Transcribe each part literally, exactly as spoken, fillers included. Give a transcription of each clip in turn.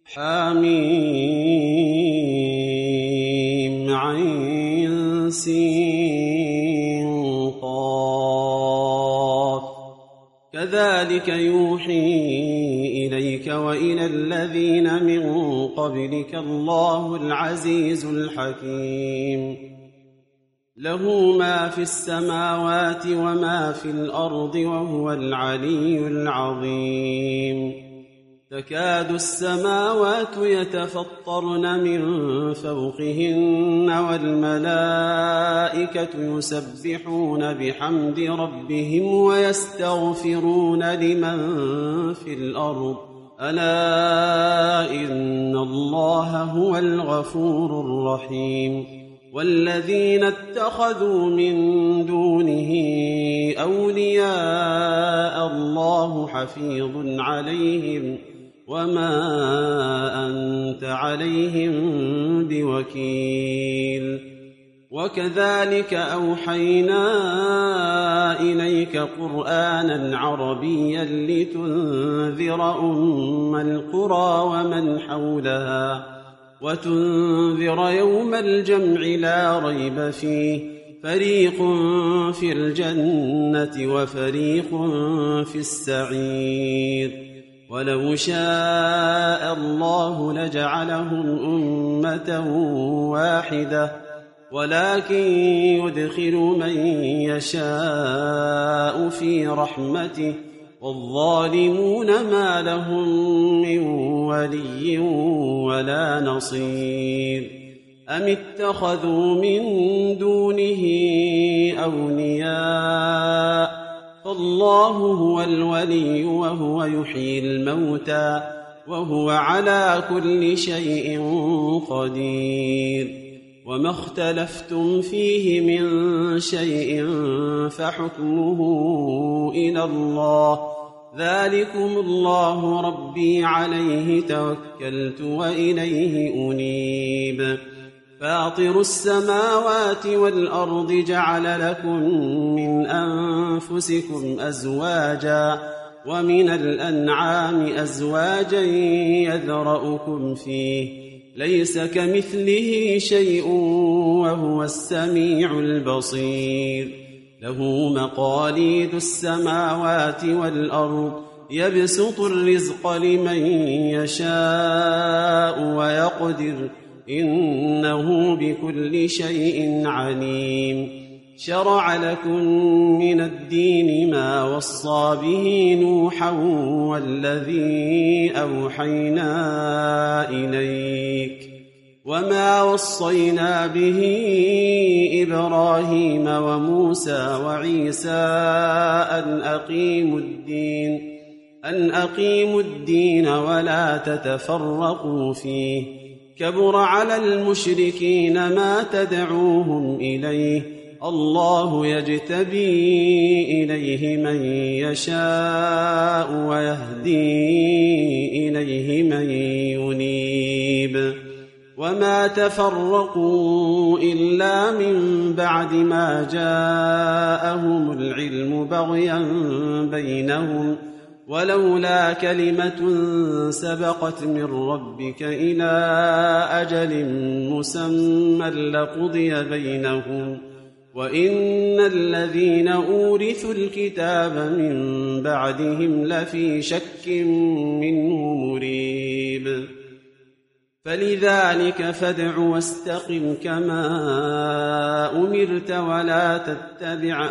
حميم عين سين قاف كذلك يوحي إليك وإلى الذين من قبلك الله العزيز الحكيم له ما في السماوات وما في الأرض وهو العلي العظيم تكاد السماوات يتفطرن من فوقهن والملائكة يسبحون بحمد ربهم ويستغفرون لمن في الأرض ألا إن الله هو الغفور الرحيم والذين اتخذوا من دونه أولياء الله حفيظ عليهم وما أنت عليهم بوكيل وكذلك أوحينا إليك قرآنا عربيا لتنذر أم القرى ومن حولها وتنذر يوم الجمع لا ريب فيه فريق في الجنة وفريق في السعير ولو شاء الله لجعلهم أمة واحدة ولكن يدخل من يشاء في رحمته والظالمون ما لهم من ولي ولا نصير أم اتخذوا من دونه أولياء فالله هو الولي وهو يحيي الموتى وهو على كل شيء قدير وما اختلفتم فيه من شيء فحكمه إلى الله ذلكم الله ربي عليه توكلت وإليه أنيب فاطر السماوات والأرض جعل لكم من أنفسكم أزواجا ومن الأنعام أزواجا يذرأكم فيه ليس كمثله شيء وهو السميع البصير له مقاليد السماوات والأرض يبسط الرزق لمن يشاء ويقدر إنه بكل شيء عليم شرع لكم من الدين ما وصى به نوحا والذي أوحينا إليك وما وصينا به إبراهيم وموسى وعيسى أن أقيموا الدين أن أقيموا الدين ولا تتفرقوا فيه كبر على المشركين ما تدعوهم إليه الله يجتبي إليه من يشاء ويهدي إليه من ينيب وما تفرقوا إلا من بعد ما جاءهم العلم بغيا بينهم ولولا كلمة سبقت من ربك إلى أجل مسمى لقضي بينهم وإن الذين أورثوا الكتاب من بعدهم لفي شك منه مريب فلذلك فادع واستقم كما أمرت ولا تتبع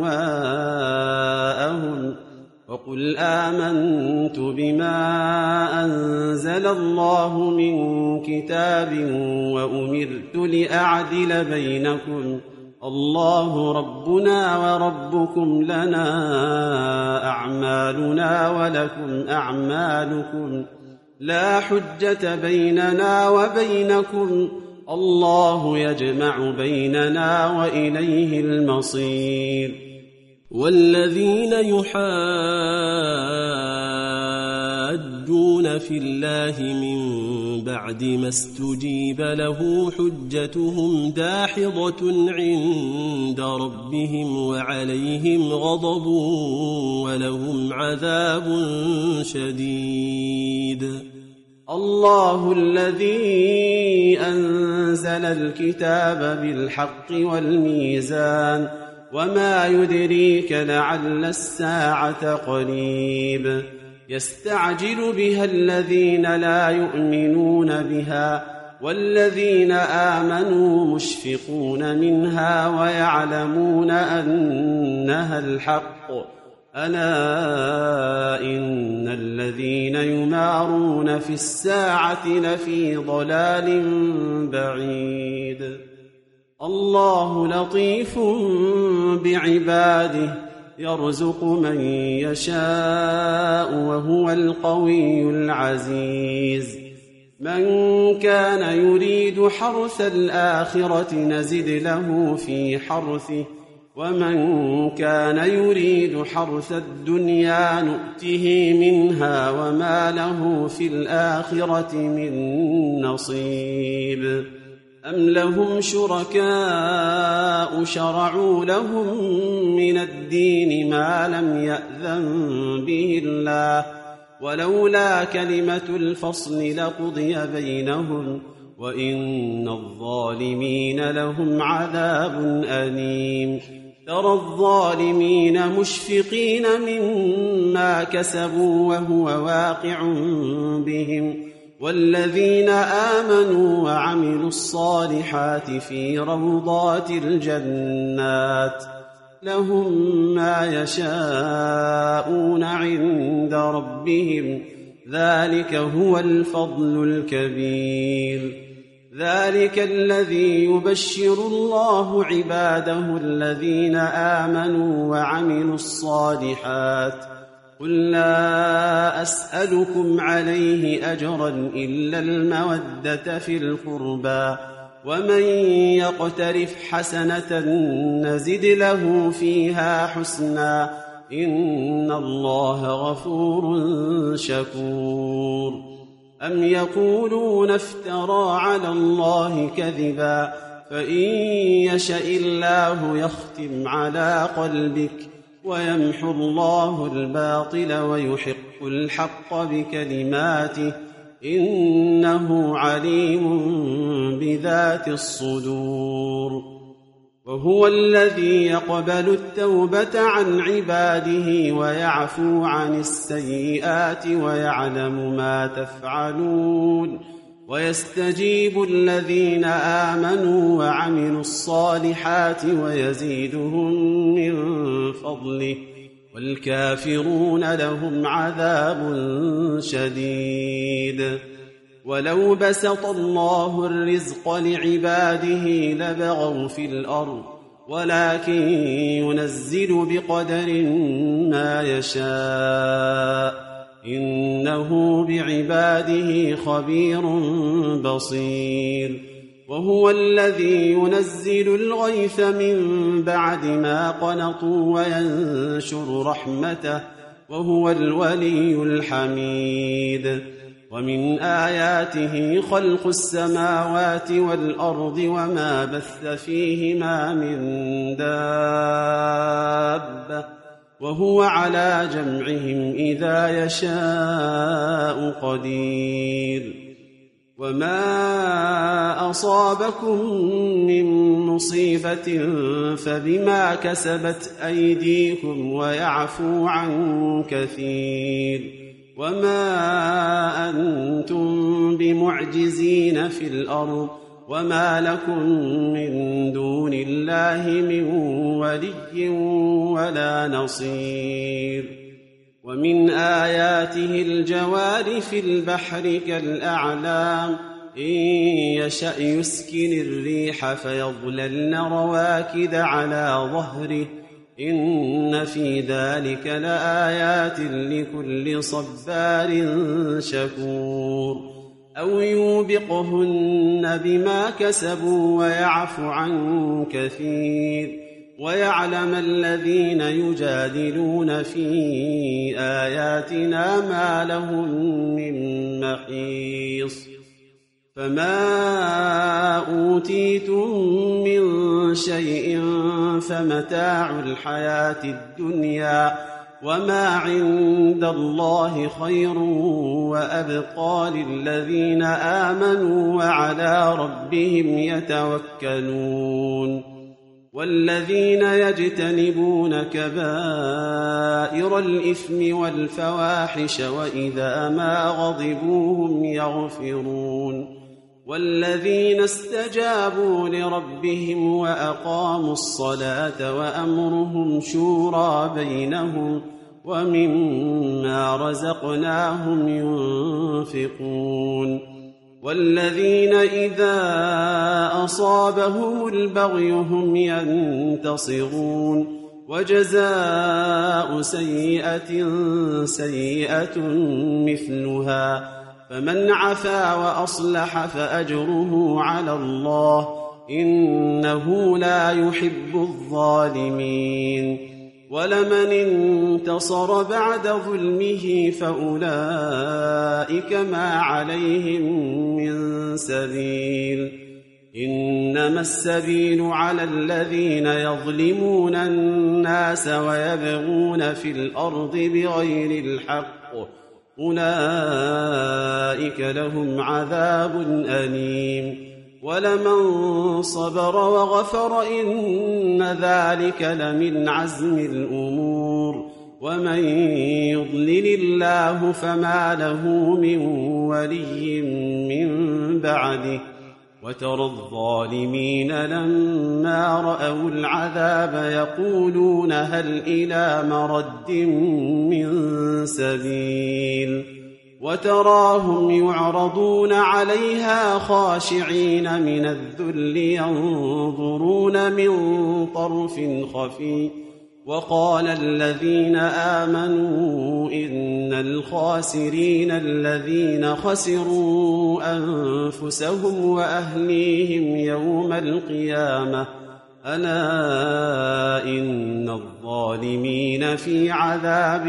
أهواءهم وقل آمنت بما أنزل الله من كتاب وأمرت لأعدل بينكم الله ربنا وربكم لنا أعمالنا ولكم أعمالكم لا حجة بيننا وبينكم الله يجمع بيننا وإليه المصير والذين يحاجون في الله من بعد ما استجيب له حجتهم داحضة عند ربهم وعليهم غضب ولهم عذاب شديد الله الذي أنزل الكتاب بالحق والميزان وما يدريك لعل الساعة قريب يستعجل بها الذين لا يؤمنون بها والذين آمنوا مشفقون منها ويعلمون أنها الحق ألا إن الذين يمارون في الساعة لفي ضلال بعيد الله لطيف بعباده يرزق من يشاء وهو القوي العزيز من كان يريد حرث الآخرة نزد له في حرثه ومن كان يريد حرث الدنيا نؤته منها وما له في الآخرة من نصيب أم لهم شركاء شرعوا لهم من الدين ما لم يأذن به الله ولولا كلمة الفصل لقضي بينهم وإن الظالمين لهم عذاب أليم ترى الظالمين مشفقين مما كسبوا وهو واقع بهم والذين آمنوا وعملوا الصالحات في روضات الجنات لهم ما يشاءون عند ربهم ذلك هو الفضل الكبير ذلك الذي يبشر الله عباده الذين آمنوا وعملوا الصالحات قل لا أسألكم عليه أجرا إلا المودة في القربى ومن يقترف حسنة نزد له فيها حسنا إن الله غفور شكور أم يقولون افترى على الله كذبا فإن يشأ الله يختم على قلبك ويمحو الله الباطل ويحق الحق بكلماته إنه عليم بذات الصدور وهو الذي يقبل التوبة عن عباده ويعفو عن السيئات ويعلم ما تفعلون ويستجيب الذين آمنوا وعملوا الصالحات ويزيدهم من فضله والكافرون لهم عذاب شديد ولو بسط الله الرزق لعباده لبغوا في الأرض ولكن ينزل بقدر ما يشاء إنه بعباده خبير بصير وهو الذي ينزل الغيث من بعد ما قنطوا وينشر رحمته وهو الولي الحميد ومن آياته خلق السماوات والأرض وما بث فيهما من دابة وهو على جمعهم إذا يشاء قدير وما أصابكم من مصيبة فبما كسبت أيديكم ويعفو عن كثير وما أنتم بمعجزين في الأرض وما لكم من دون الله من ولي ولا نصير ومن آياته الجوار في البحر كالأعلام إن يشأ يسكن الريح فيظللن رواكد على ظهره إن في ذلك لآيات لكل صبار شكور أو يوبقهن بما كسبوا ويعفو عن كثير ويعلم الذين يجادلون في آياتنا ما لهم من محيص فما أوتيتم من شيء فمتاع الحياة الدنيا وما عند الله خير وأبقى للذين آمنوا وعلى ربهم يتوكلون والذين يجتنبون كبائر الإثم والفواحش وإذا ما غضبوا هم يغفرون والذين استجابوا لربهم وأقاموا الصلاة وأمرهم شورى بينهم ومما رزقناهم ينفقون والذين إذا أصابهم البغي هم ينتصرون وجزاء سيئة سيئة مثلها فمن عفا وأصلح فأجره على الله إنه لا يحب الظالمين ولمن انتصر بعد ظلمه فأولئك ما عليهم من سبيل إنما السبيل على الذين يظلمون الناس ويبغون في الأرض بغير الحق أولئك لهم عذاب أليم ولمن صبر وغفر إن ذلك لمن عزم الأمور ومن يضلل الله فما له من ولي من بعده وترى الظالمين لما رأوا العذاب يقولون هل إلى مرد من سبيل وتراهم يعرضون عليها خاشعين من الذل ينظرون من طرف خفي وقال الذين آمنوا إن الخاسرين الذين خسروا أنفسهم وأهليهم يوم القيامة ألا إن الظالمين في عذاب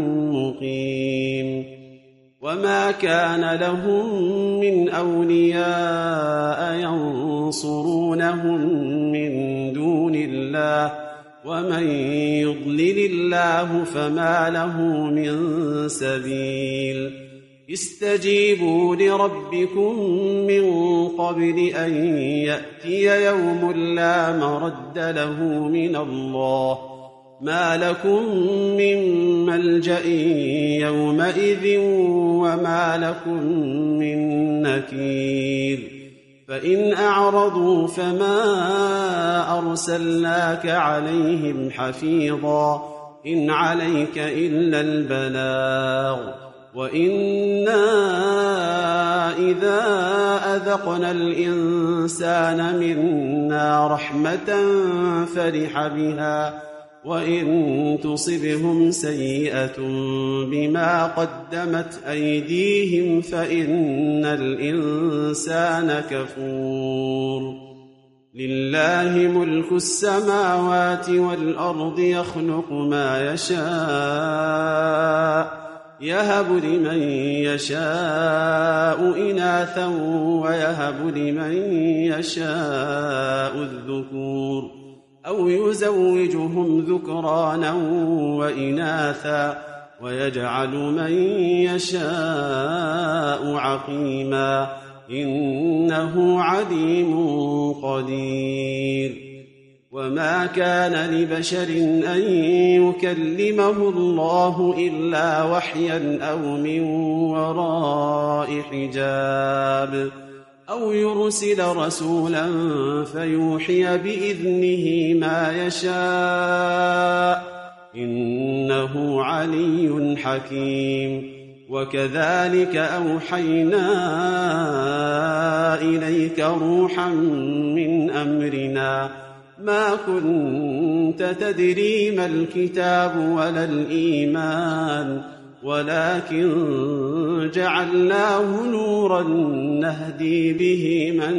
مقيم وما كان لهم من أولياء ينصرونهم من دون الله ومن يضلل الله فما له من سبيل استجيبوا لربكم من قبل أن يأتي يوم لا مرد له من الله ما لكم من ملجأ يومئذ وما لكم من نكير فإن أعرضوا فما أرسلناك عليهم حفيظا إن عليك إلا البلاغ وإنا إذا أذقنا الإنسان منا رحمة فرح بها وإن تصبهم سيئة بما قدمت أيديهم فإن الإنسان كفور لله ملك السماوات والأرض يخلق ما يشاء يهب لمن يشاء إناثا ويهب لمن يشاء الذكور أو يزوجهم ذكرانا وإناثا ويجعل من يشاء عقيما إنه عليم قدير وما كان لبشر أن يكلمه الله إلا وحيا أو من وراء حجاب أو يرسل رسولا فيوحي بإذنه ما يشاء إنه علي حكيم وكذلك أوحينا إليك روحا من أمرنا ما كنت تدري ما الكتاب ولا الإيمان ولكن جعلناه نورا نهدي به من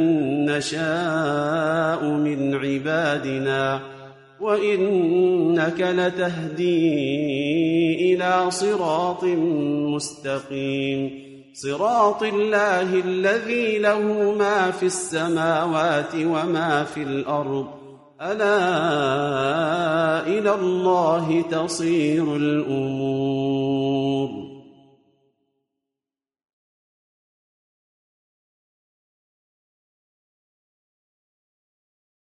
نشاء من عبادنا وإنك لتهدي إلى صراط مستقيم صراط الله الذي له ما في السماوات وما في الأرض ألا إلى الله تصير الأمور.